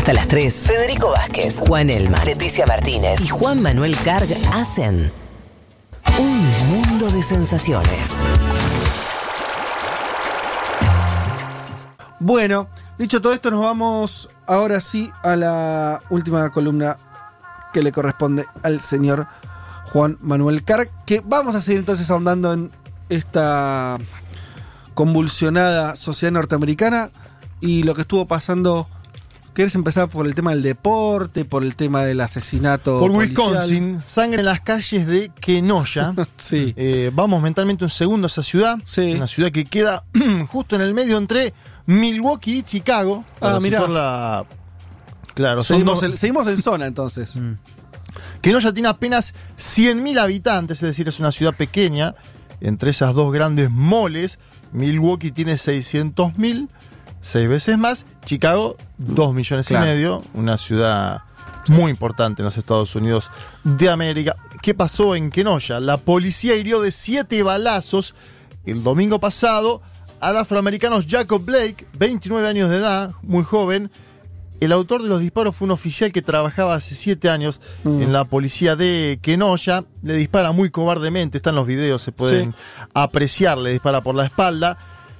Hasta las 3, Federico Vázquez, Juan Elma, Leticia Martínez y Juan Manuel Carg hacen un mundo de sensaciones. Bueno, dicho todo esto, nos vamos ahora sí a la última columna que le corresponde al señor Juan Manuel Carg, que vamos a seguir entonces ahondando en esta convulsionada sociedad norteamericana y lo que estuvo pasando. ¿Querés empezar por el tema del deporte, por el tema del asesinato por policial? Wisconsin, sangre en las calles de Kenosha. Sí. Vamos mentalmente un segundo a esa ciudad. Sí. Una ciudad que queda justo en el medio entre Milwaukee y Chicago. Mirá. Claro, Seguimos en zona entonces. Kenosha tiene apenas 100.000 habitantes, es decir, es una ciudad pequeña. Entre esas dos grandes moles, Milwaukee tiene 600.000, 6 veces más. Chicago, 2 millones Claro. y medio, una ciudad muy importante en los Estados Unidos de América. ¿Qué pasó en Kenosha? La policía hirió de 7 balazos el domingo pasado al afroamericano Jacob Blake, 29 años de edad, muy joven. El autor de los disparos fue un oficial que trabajaba hace 7 años en la policía de Kenosha. Le dispara muy cobardemente, están los videos, se pueden apreciar, le dispara por la espalda.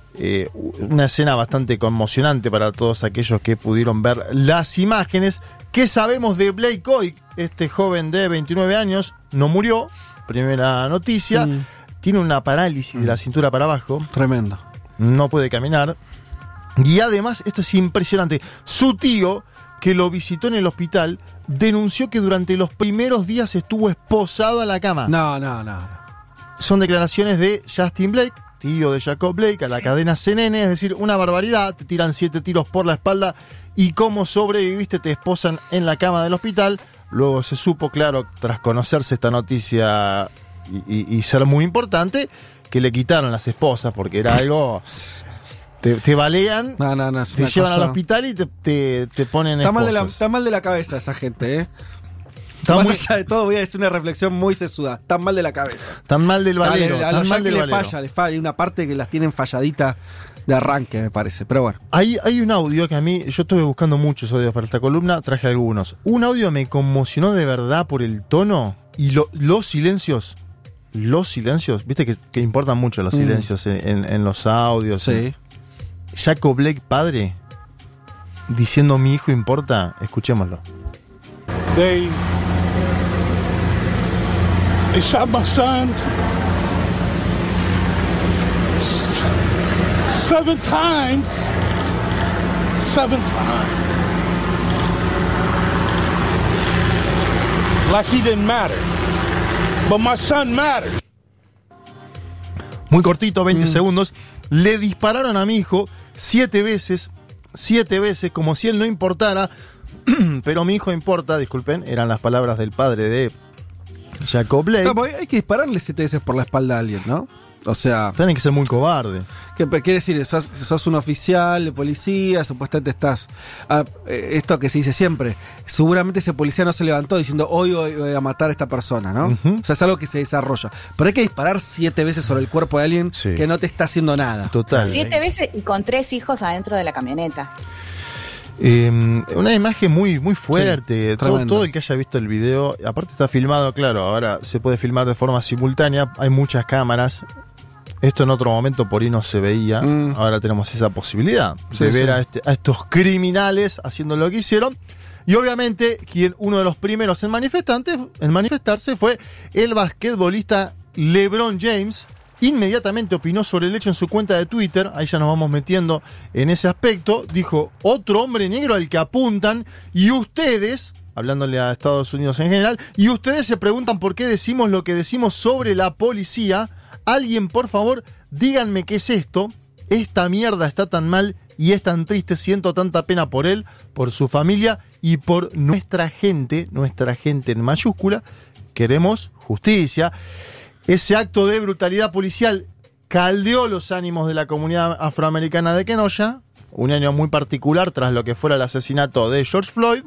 Una escena bastante conmocionante para todos aquellos que pudieron ver las imágenes. ¿Qué sabemos de Blake hoy? Este joven de 29 años no murió, primera noticia. Tiene una parálisis de la cintura para abajo. Tremendo. No puede caminar. Y además, esto es impresionante, su tío, que lo visitó en el hospital, denunció que durante los primeros días estuvo esposado a la cama. No. Son declaraciones de Justin Blake, tío de Jacob Blake, a la cadena CNN, es decir, una barbaridad. Te tiran 7 tiros por la espalda y como sobreviviste te esposan en la cama del hospital. Luego se supo, claro, tras conocerse esta noticia y ser muy importante, que le quitaron las esposas porque era algo... Te balean, No, te llevan al hospital y te ponen esposas. Está mal de la cabeza esa gente, ¿eh? Está Más muy- allá de todo, voy a decir una reflexión muy sesuda. Están mal de la cabeza. Tan mal del valero. A tan los mal Yankees del valero. les falla. Hay una parte que las tienen falladita de arranque, me parece. Pero bueno. Hay un audio que a mí, yo estuve buscando muchos audios para esta columna, traje algunos. Un audio me conmocionó de verdad por el tono y los silencios. Los silencios, viste que importan mucho los silencios en los audios. Sí. Jacob Blake, padre, diciendo mi hijo importa, escuchémoslo. They shot my son 7 times. 7 times. Like he didn't matter. But my son mattered. Muy cortito, 20 segundos. Le dispararon a mi hijo 7 veces, como si él no importara, pero mi hijo importa, disculpen, eran las palabras del padre de Jacob Blake. Claro, hay que dispararle 7 veces por la espalda a alguien, ¿no? O sea, Tienen que ser muy cobarde. ¿qué quiere decir? Sos un oficial de policía, supuestamente estás... esto que se dice siempre, seguramente ese policía no se levantó diciendo hoy voy a matar a esta persona, ¿no? Ujú. O sea, es algo que se desarrolla. Pero hay que disparar 7 veces sobre el cuerpo de alguien Sí. que no te está haciendo nada. Total. 7 veces y con 3 hijos adentro de la camioneta. Una imagen muy, muy fuerte. Sí, todo, tremendo. todo el que haya visto el video, aparte está filmado, claro, ahora se puede filmar de forma simultánea, hay muchas cámaras. Esto en otro momento por ahí no se veía. Ahora tenemos esa posibilidad de ver a estos criminales haciendo lo que hicieron. Y obviamente uno de los primeros en manifestarse fue el basquetbolista LeBron James. Inmediatamente opinó sobre el hecho en su cuenta de Twitter. Ahí ya nos vamos metiendo en ese aspecto. Dijo, otro hombre negro al que apuntan, y ustedes, hablándole a Estados Unidos en general, y ustedes se preguntan por qué decimos lo que decimos sobre la policía. Alguien, por favor, díganme qué es esto. Esta mierda está tan mal y es tan triste. Siento tanta pena por él, por su familia y por nuestra gente en mayúscula. Queremos justicia. Ese acto de brutalidad policial caldeó los ánimos de la comunidad afroamericana de Kenosha, un año muy particular tras lo que fuera el asesinato de George Floyd.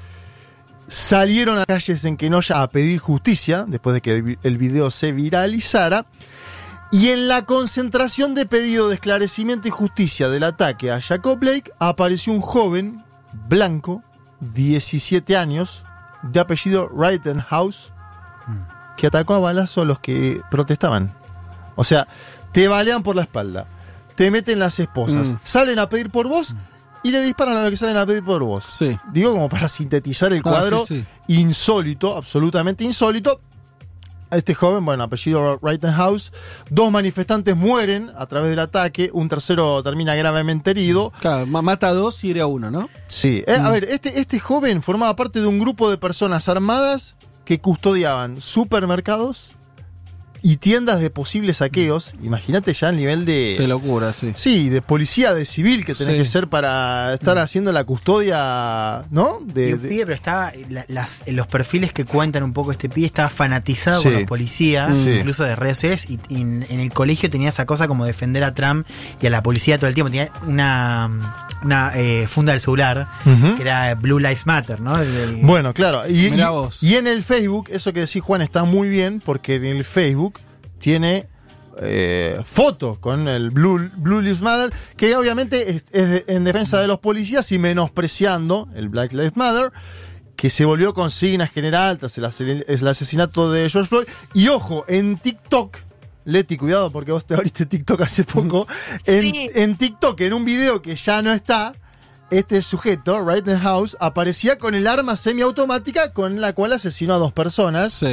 Salieron a calles en Kenosha a pedir justicia, después de que el video se viralizara. Y en la concentración de pedido de esclarecimiento y justicia del ataque a Jacob Blake, apareció un joven blanco 17 años, de apellido Rittenhouse, que atacó a balazo a los que protestaban. O sea, te balean por la espalda, te meten las esposas, salen a pedir por vos y le disparan a los que salen a pedir por vos. Sí. Digo, como para sintetizar el cuadro, insólito, absolutamente insólito. A este joven, bueno, apellido Rittenhouse, 2 manifestantes mueren a través del ataque, un tercero termina gravemente herido. Claro, mata a 2 y hiere a 1, ¿no? Sí. A ver, este joven formaba parte de un grupo de personas armadas que custodiaban supermercados y tiendas de posibles saqueos. Imagínate ya el nivel de... Qué locura, sí. Sí, de policía de civil que tenés que ser para estar haciendo la custodia, ¿no? El pibe, pero estaba... los perfiles que cuentan un poco este pibe, estaba fanatizado con los policías, incluso de redes sociales, y en el colegio tenía esa cosa como defender a Trump y a la policía todo el tiempo. Tenía una funda del celular, que era Blue Lives Matter, ¿no? Bueno, claro. Y en el Facebook, eso que decís, Juan, está muy bien, porque en el Facebook tiene fotos con el Blue Lives Matter, que obviamente es en defensa de los policías y menospreciando el Black Lives Matter, que se volvió consigna general tras el asesinato de George Floyd. Y ojo, en TikTok, Leti, cuidado porque vos te abriste TikTok hace poco, en TikTok, en un video que ya no está, este sujeto, Rittenhouse, aparecía con el arma semiautomática con la cual asesinó a 2 personas.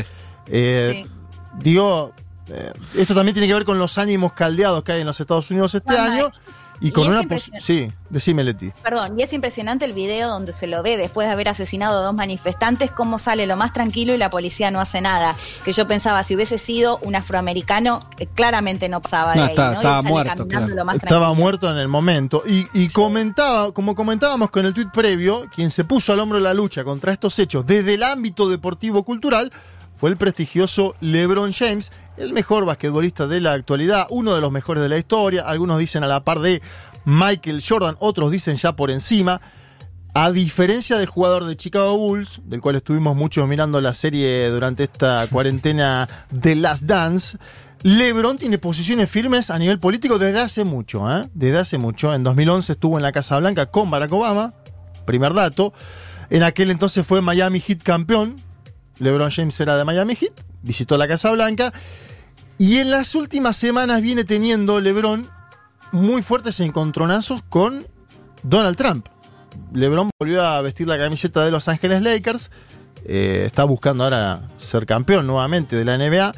Digo, esto también tiene que ver con los ánimos caldeados que hay en los Estados Unidos este año. Y con una sí, decime, Leti. Perdón, y es impresionante el video donde se lo ve después de haber asesinado a 2 manifestantes, cómo sale lo más tranquilo y la policía no hace nada. Que yo pensaba, si hubiese sido un afroamericano, claramente no pasaba de ahí, ¿no? Estaba muerto, estaba muerto en el momento. Y como comentábamos con el tuit previo, quien se puso al hombro de la lucha contra estos hechos desde el ámbito deportivo-cultural fue el prestigioso LeBron James, el mejor basquetbolista de la actualidad, uno de los mejores de la historia. Algunos dicen a la par de Michael Jordan, otros dicen ya por encima. A diferencia del jugador de Chicago Bulls, del cual estuvimos muchos mirando la serie durante esta cuarentena de Last Dance, LeBron tiene posiciones firmes a nivel político desde hace mucho. Desde hace mucho. En 2011 estuvo en la Casa Blanca con Barack Obama, primer dato. En aquel entonces fue Miami Heat campeón. LeBron James era de Miami Heat, visitó la Casa Blanca y en las últimas semanas viene teniendo LeBron muy fuertes encontronazos con Donald Trump. LeBron volvió a vestir la camiseta de Los Ángeles Lakers, está buscando ahora ser campeón nuevamente de la NBA.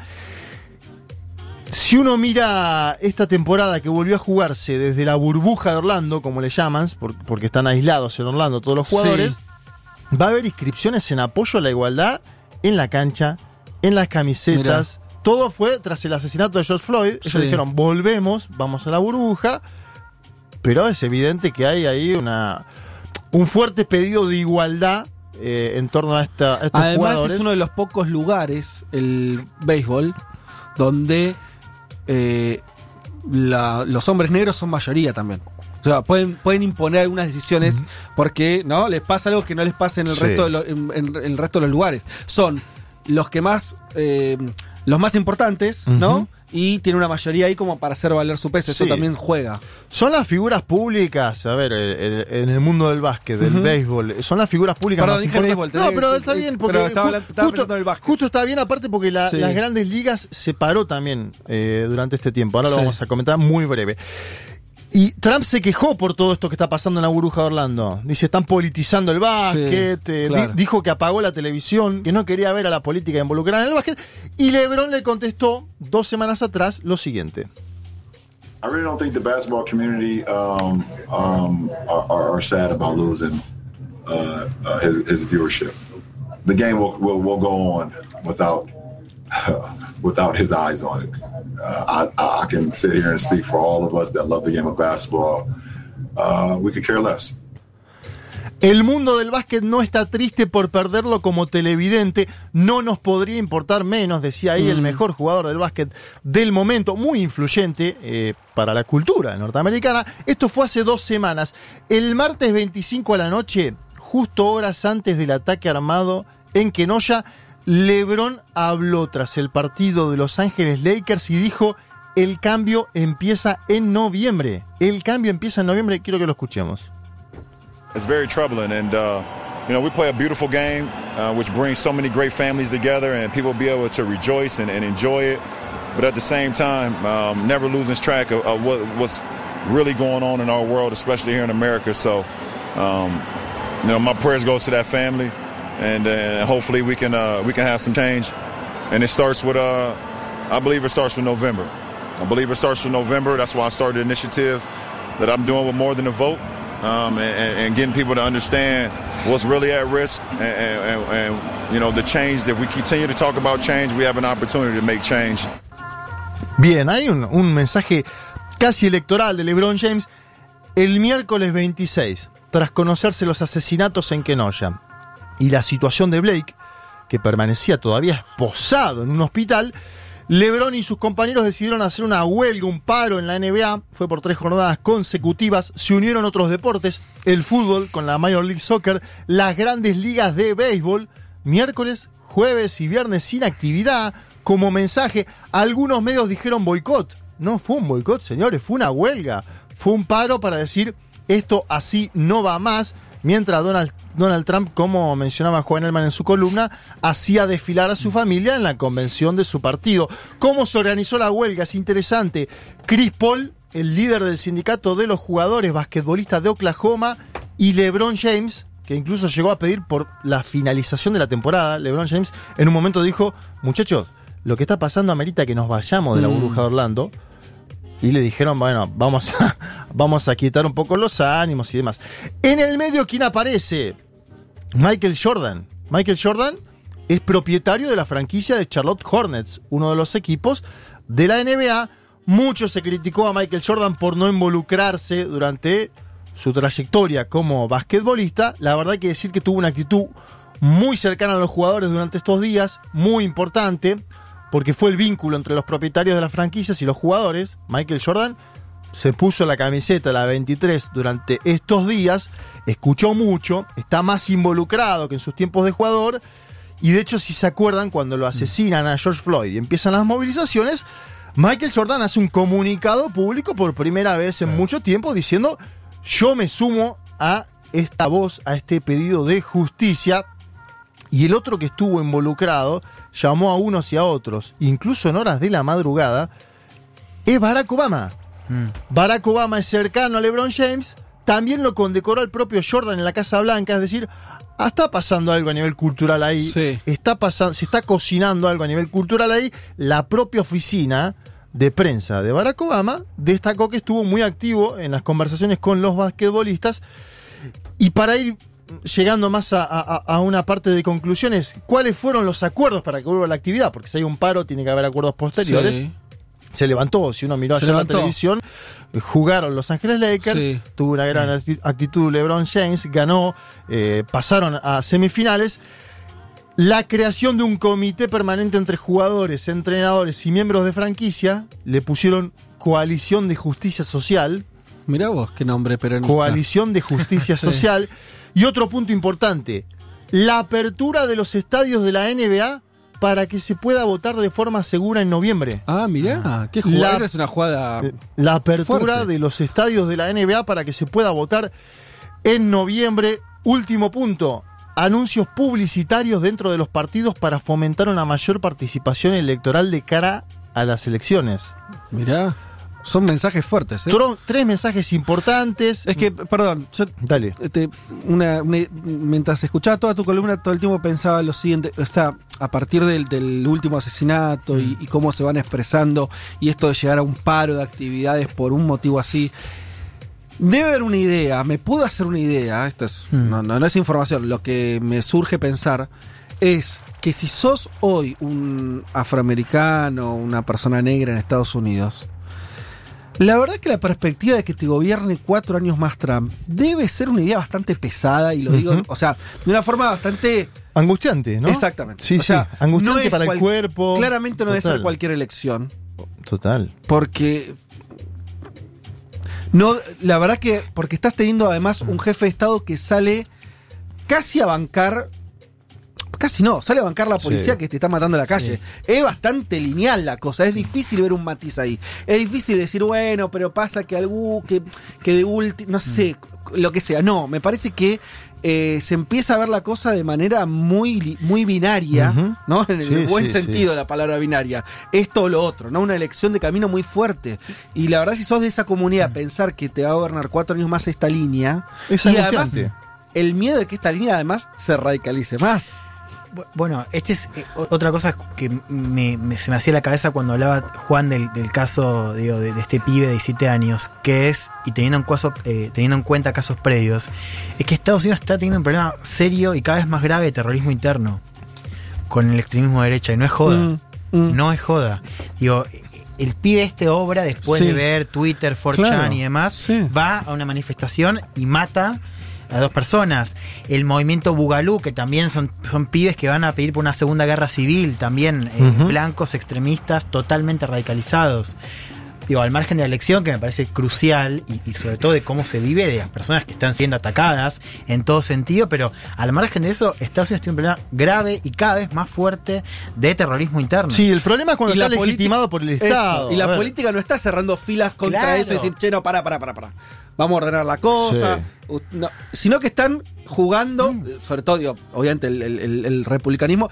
Si uno mira esta temporada que volvió a jugarse desde la burbuja de Orlando, como le llaman, porque están aislados en Orlando todos los jugadores, va a haber inscripciones en apoyo a la igualdad en la cancha, en las camisetas. Mirá. Todo fue tras el asesinato de George Floyd. Ellos dijeron, volvemos, vamos a la burbuja. Pero es evidente que hay ahí un fuerte pedido de igualdad en torno a estos Además, jugadores. Es uno de los pocos lugares, el béisbol, donde los hombres negros son mayoría también. O sea, pueden imponer algunas decisiones porque no les pasa algo que no les pasa en el resto en el resto de los lugares. Son los que más los más importantes, ¿no? Y tiene una mayoría ahí como para hacer valer su peso. Eso también juega. Son las figuras públicas, a ver, en el mundo del básquet, del béisbol, son las figuras públicas más importantes. No, pero está bien, porque estaba pensando en el básquet. Justo está bien, aparte porque las grandes ligas se paró también durante este tiempo. Ahora lo vamos a comentar muy breve. Y Trump se quejó por todo esto que está pasando en la burbuja de Orlando. Dice, están politizando el básquet. Dijo que apagó la televisión, que no quería ver a la política involucrada en el básquet. Y LeBron le contestó 2 semanas atrás lo siguiente. I really don't think the basketball community are sad about losing his viewership. The game will go on without his eyes on it. I can sit here and speak for all of us that love the game of basketball. We could care less. El mundo del básquet no está triste por perderlo como televidente. No nos podría importar menos, decía ahí el mejor jugador del básquet del momento, muy influyente para la cultura norteamericana. Esto fue hace 2 semanas. El martes 25 a la noche, justo horas antes del ataque armado en Kenosha, LeBron habló tras el partido de Los Ángeles Lakers y dijo: el cambio empieza en noviembre. El cambio empieza en noviembre. Quiero que lo escuchemos. It's very troubling, and we play a beautiful game, which brings so many great families together, and people be able to rejoice and enjoy it. But at the same time, never losing track of what's really going on in our world, especially here in America. So, my prayers go to that family, and hopefully we can have some change. And it starts with, I believe it starts with November. That's why I started the initiative that I'm doing with More Than a Vote, and getting people to understand what's really at risk, and the change. If we continue to talk about change, we have an opportunity to make change. Bien, hay un mensaje casi electoral de LeBron James el miércoles 26, tras conocerse los asesinatos en Kenosha y la situación de Blake, que permanecía todavía esposado en un hospital. LeBron y sus compañeros decidieron hacer una huelga, un paro en la NBA. Fue por 3 jornadas consecutivas. Se unieron otros deportes, el fútbol con la Major League Soccer, las grandes ligas de béisbol. Miércoles, jueves y viernes sin actividad. Como mensaje, algunos medios dijeron boicot. No fue un boicot, señores, fue una huelga. Fue un paro para decir, esto así no va más. Mientras Donald Trump, como mencionaba Juan Elman en su columna, hacía desfilar a su familia en la convención de su partido. ¿Cómo se organizó la huelga? Es interesante. Chris Paul, el líder del sindicato de los jugadores basquetbolistas de Oklahoma, y LeBron James, que incluso llegó a pedir por la finalización de la temporada. LeBron James en un momento dijo, muchachos, lo que está pasando amerita que nos vayamos de la burbuja de Orlando. Y le dijeron, bueno, vamos a quietar un poco los ánimos y demás. En el medio, ¿quién aparece? Michael Jordan. Michael Jordan es propietario de la franquicia de Charlotte Hornets, uno de los equipos de la NBA. Mucho se criticó a Michael Jordan por no involucrarse durante su trayectoria como basquetbolista. La verdad hay que decir que tuvo una actitud muy cercana a los jugadores durante estos días, muy importante, porque fue el vínculo entre los propietarios de las franquicias y los jugadores. Michael Jordan se puso la camiseta, la 23, durante estos días, escuchó mucho, está más involucrado que en sus tiempos de jugador, y de hecho, si se acuerdan, cuando lo asesinan a George Floyd y empiezan las movilizaciones, Michael Jordan hace un comunicado público por primera vez en mucho tiempo diciendo, yo me sumo a esta voz, a este pedido de justicia. Y el otro que estuvo involucrado llamó a unos y a otros, incluso en horas de la madrugada, es Barack Obama. Barack Obama es cercano a LeBron James, también lo condecoró el propio Jordan en la Casa Blanca, es decir, está pasando algo a nivel cultural ahí, sí. Se está cocinando algo a nivel cultural ahí. La propia oficina de prensa de Barack Obama destacó que estuvo muy activo en las conversaciones con los basquetbolistas. Y para ir llegando más a una parte de conclusiones, ¿cuáles fueron los acuerdos para que vuelva la actividad? Porque si hay un paro, tiene que haber acuerdos posteriores. Sí. Se levantó, si uno miró ayer la televisión, jugaron Los Ángeles Lakers, tuvo una gran actitud LeBron James, ganó, pasaron a semifinales. La creación de un comité permanente entre jugadores, entrenadores y miembros de franquicia, le pusieron Coalición de Justicia Social. Mirá vos, qué nombre peronista. Coalición de Justicia Social. Y otro punto importante, la apertura de los estadios de la NBA para que se pueda votar de forma segura en noviembre. Ah, mirá, qué jugada. Esa es una jugada. La apertura fuerte de los estadios de la NBA para que se pueda votar en noviembre. Último punto, anuncios publicitarios dentro de los partidos para fomentar una mayor participación electoral de cara a las elecciones. Mirá. Son mensajes fuertes, ¿eh? 3 mensajes importantes. Es que, perdón, yo dale. Mientras escuchaba toda tu columna, todo el tiempo pensaba lo siguiente, a partir del último asesinato y cómo se van expresando, y esto de llegar a un paro de actividades por un motivo así. Debe haber una idea, me puedo hacer una idea, esto es no es información, lo que me surge pensar es que si sos hoy un afroamericano, una persona negra en Estados Unidos, la verdad que la perspectiva de que te gobierne 4 años más Trump debe ser una idea bastante pesada, y lo digo, o sea, de una forma bastante angustiante, ¿no? Exactamente. Sí, o sea, angustiante no para el cuerpo. Claramente no debe ser cualquier elección. Total. Porque no, la verdad que porque estás teniendo además un jefe de Estado que sale casi a bancar. Casi no, sale a bancar la policía que te está matando en la calle. Sí. Es bastante lineal la cosa, es difícil ver un matiz ahí. Es difícil decir, bueno, pero pasa que algo que de último, no sé, lo que sea. No, me parece que se empieza a ver la cosa de manera muy, muy binaria, ¿no? En el buen sentido de la palabra binaria. Esto o lo otro, ¿no? Una elección de camino muy fuerte. Y la verdad, si sos de esa comunidad, pensar que te va a gobernar 4 años más esta línea, es y además el miedo de que esta línea además se radicalice más. Bueno, es otra cosa que se me hacía la cabeza cuando hablaba Juan del caso, digo, de este pibe de 17 años, que es, y teniendo en cuenta casos previos, es que Estados Unidos está teniendo un problema serio y cada vez más grave de terrorismo interno con el extremismo de derecha, y no es joda. No es joda. Digo, el pibe obra después de ver Twitter, 4chan y demás, va a una manifestación y mata a 2 personas. El movimiento Bugalú, que también son pibes que van a pedir por una segunda guerra civil, también blancos, extremistas, totalmente radicalizados. Digo, al margen de la elección, que me parece crucial, y sobre todo de cómo se vive, de las personas que están siendo atacadas en todo sentido, pero al margen de eso, Estados Unidos tiene un problema grave y cada vez más fuerte de terrorismo interno. Sí, el problema es cuando está legitimado por el Estado. Y la política no está cerrando filas contra eso y decir, che, no, para. Vamos a ordenar la cosa. No, sino que están jugando, sobre todo, digo, obviamente el republicanismo,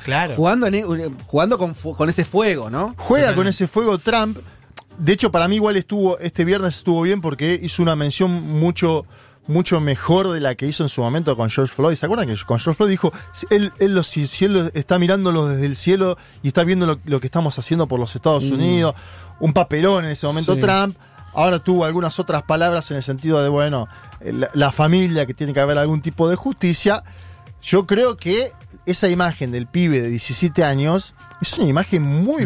jugando con ese fuego, ¿no? Juega con ese fuego Trump. De hecho, para mí igual este viernes estuvo bien porque hizo una mención mucho mejor de la que hizo en su momento con George Floyd. ¿Se acuerdan que con George Floyd dijo, si él está mirándolo desde el cielo y está viendo lo que estamos haciendo por los Estados Unidos? Un papelón en ese momento Trump. Ahora tuvo algunas otras palabras en el sentido de, bueno, la familia, que tiene que haber algún tipo de justicia. Yo creo que esa imagen del pibe de 17 años es una imagen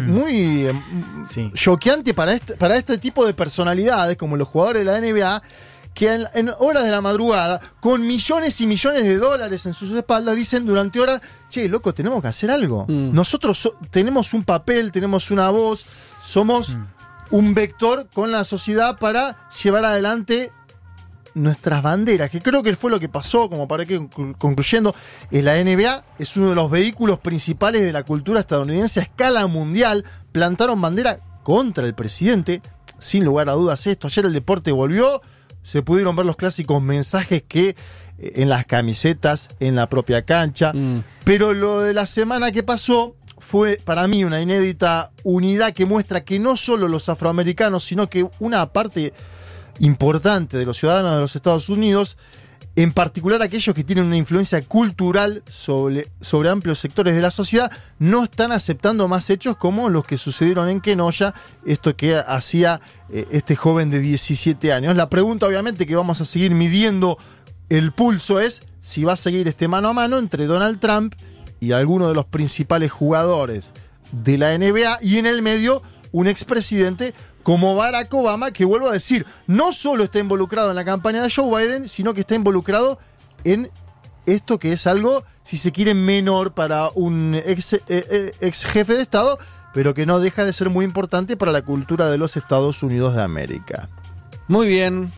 muy choqueante para este tipo de personalidades, como los jugadores de la NBA, que en horas de la madrugada, con millones y millones de dólares en sus espaldas, dicen durante horas, che, loco, tenemos que hacer algo. Nosotros tenemos un papel, tenemos una voz, somos un vector con la sociedad para llevar adelante nuestras banderas, que creo que fue lo que pasó, como para que concluyendo, la NBA es uno de los vehículos principales de la cultura estadounidense a escala mundial. Plantaron bandera contra el presidente, sin lugar a dudas esto. Ayer el deporte volvió, se pudieron ver los clásicos mensajes que en las camisetas, en la propia cancha, pero lo de la semana que pasó fue para mí una inédita unidad que muestra que no solo los afroamericanos, sino que una parte importante de los ciudadanos de los Estados Unidos, en particular aquellos que tienen una influencia cultural sobre amplios sectores de la sociedad, no están aceptando más hechos como los que sucedieron en Kenosha, esto que hacía este joven de 17 años. La pregunta, obviamente, que vamos a seguir midiendo el pulso es si va a seguir este mano a mano entre Donald Trump y alguno de los principales jugadores de la NBA, y en el medio un expresidente como Barack Obama, que, vuelvo a decir, no solo está involucrado en la campaña de Joe Biden, sino que está involucrado en esto que es algo, si se quiere, menor para un ex jefe de Estado, pero que no deja de ser muy importante para la cultura de los Estados Unidos de América. Muy bien.